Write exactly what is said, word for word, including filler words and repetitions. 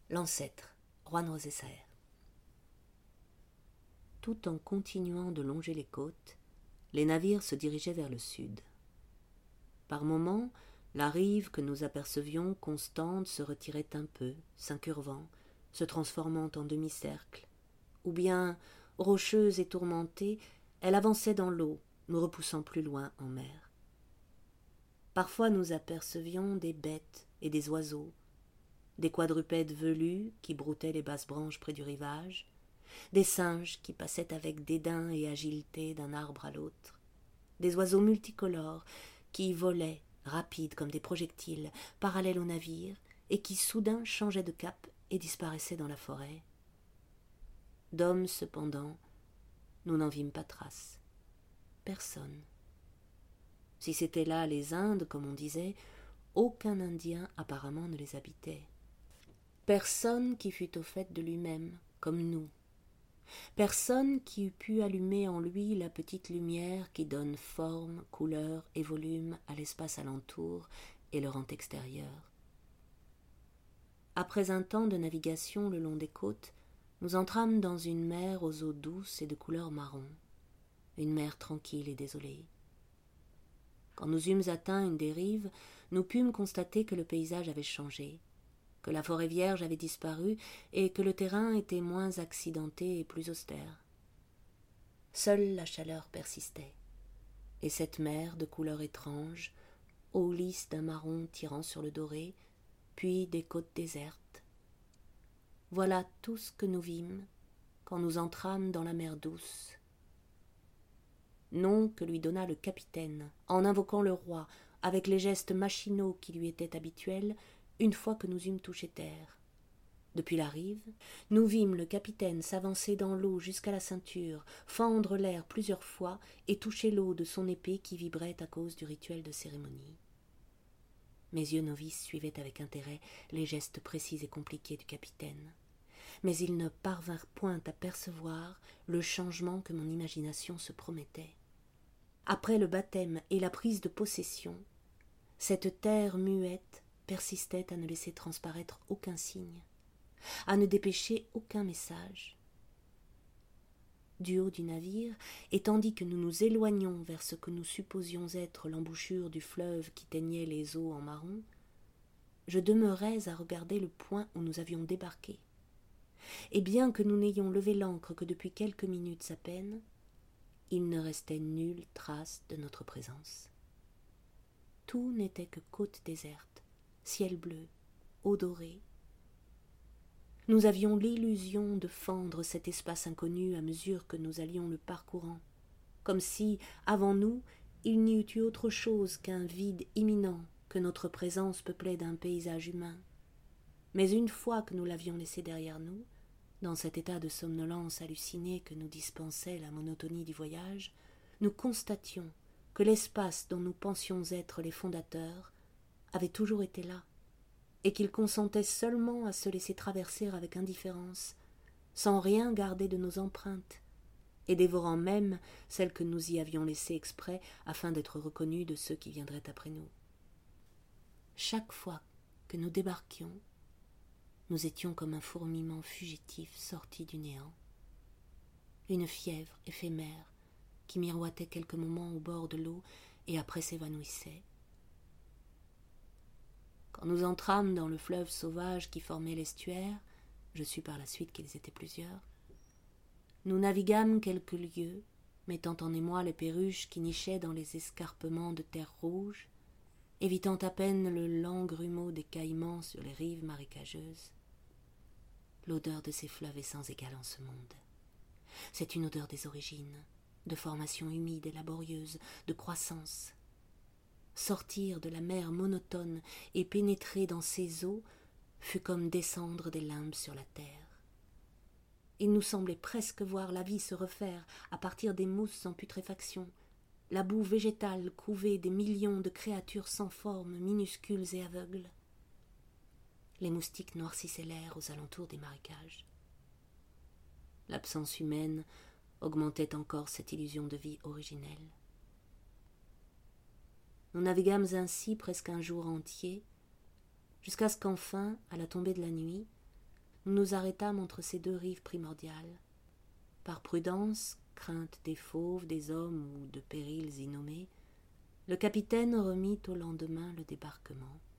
L'ancêtre, Juan José Saer. Tout en continuant de longer les côtes, les navires se dirigeaient vers le sud. Par moments, la rive que nous apercevions constante se retirait un peu, s'incurvant, se transformant en demi-cercle, ou bien, rocheuse et tourmentée, elle avançait dans l'eau, nous repoussant plus loin en mer. Parfois nous apercevions des bêtes et des oiseaux, des quadrupèdes velus qui broutaient les basses branches près du rivage, des singes qui passaient avec dédain et agilité d'un arbre à l'autre, des oiseaux multicolores qui volaient, rapides comme des projectiles, parallèles au navire, et qui soudain changeaient de cap et disparaissaient dans la forêt. D'hommes, cependant, nous n'en vîmes pas trace. Personne. Si c'étaient là les Indes, comme on disait, aucun Indien apparemment ne les habitait. Personne qui fût au fait de lui-même, comme nous. Personne qui eût pu allumer en lui la petite lumière qui donne forme, couleur et volume à l'espace alentour et le rend extérieur. Après un temps de navigation le long des côtes, nous entrâmes dans une mer aux eaux douces et de couleur marron, une mer tranquille et désolée. Quand nous eûmes atteint une des rives, nous pûmes constater que le paysage avait changé, que la forêt vierge avait disparu et que le terrain était moins accidenté et plus austère. Seule la chaleur persistait, et cette mer de couleur étrange, eau lisse d'un marron tirant sur le doré, puis des côtes désertes. Voilà tout ce que nous vîmes quand nous entrâmes dans la mer douce. Nom que lui donna le capitaine, en invoquant le roi, avec les gestes machinaux qui lui étaient habituels, une fois que nous eûmes touché terre. Depuis la rive, nous vîmes le capitaine s'avancer dans l'eau jusqu'à la ceinture, fendre l'air plusieurs fois et toucher l'eau de son épée qui vibrait à cause du rituel de cérémonie. Mes yeux novices suivaient avec intérêt les gestes précis et compliqués du capitaine, mais ils ne parvinrent point à percevoir le changement que mon imagination se promettait. Après le baptême et la prise de possession, cette terre muette persistait à ne laisser transparaître aucun signe, à ne dépêcher aucun message. Du haut du navire, et tandis que nous nous éloignions vers ce que nous supposions être l'embouchure du fleuve qui teignait les eaux en marron, je demeurais à regarder le point où nous avions débarqué. Et bien que nous n'ayons levé l'ancre que depuis quelques minutes à peine, il ne restait nulle trace de notre présence. Tout n'était que côte déserte, ciel bleu, eau dorée. Nous avions l'illusion de fendre cet espace inconnu à mesure que nous allions le parcourant, comme si, avant nous, il n'y eût eu autre chose qu'un vide imminent que notre présence peuplée d'un paysage humain. Mais une fois que nous l'avions laissé derrière nous, dans cet état de somnolence hallucinée que nous dispensait la monotonie du voyage, nous constations que l'espace dont nous pensions être les fondateurs avait toujours été là, et qu'il consentait seulement à se laisser traverser avec indifférence, sans rien garder de nos empreintes, et dévorant même celles que nous y avions laissées exprès afin d'être reconnus de ceux qui viendraient après nous. Chaque fois que nous débarquions, nous étions comme un fourmillement fugitif sorti du néant, une fièvre éphémère qui miroitait quelques moments au bord de l'eau et après s'évanouissait. Quand nous entrâmes dans le fleuve sauvage qui formait l'estuaire, je sus par la suite qu'ils étaient plusieurs, nous naviguâmes quelques lieues, mettant en émoi les perruches qui nichaient dans les escarpements de terre rouge, évitant à peine le lent grumeau des caïmans sur les rives marécageuses. L'odeur de ces fleuves est sans égale en ce monde. C'est une odeur des origines, de formation humide et laborieuse, de croissance. Sortir de la mer monotone et pénétrer dans ses eaux fut comme descendre des limbes sur la terre. Il nous semblait presque voir la vie se refaire à partir des mousses en putréfaction, la boue végétale couvée des millions de créatures sans forme, minuscules et aveugles. Les moustiques noircissaient l'air aux alentours des marécages. L'absence humaine augmentait encore cette illusion de vie originelle. Nous naviguâmes ainsi presque un jour entier, jusqu'à ce qu'enfin, à la tombée de la nuit, nous nous arrêtâmes entre ces deux rives primordiales. Par prudence, crainte des fauves, des hommes ou de périls innommés, le capitaine remit au lendemain le débarquement.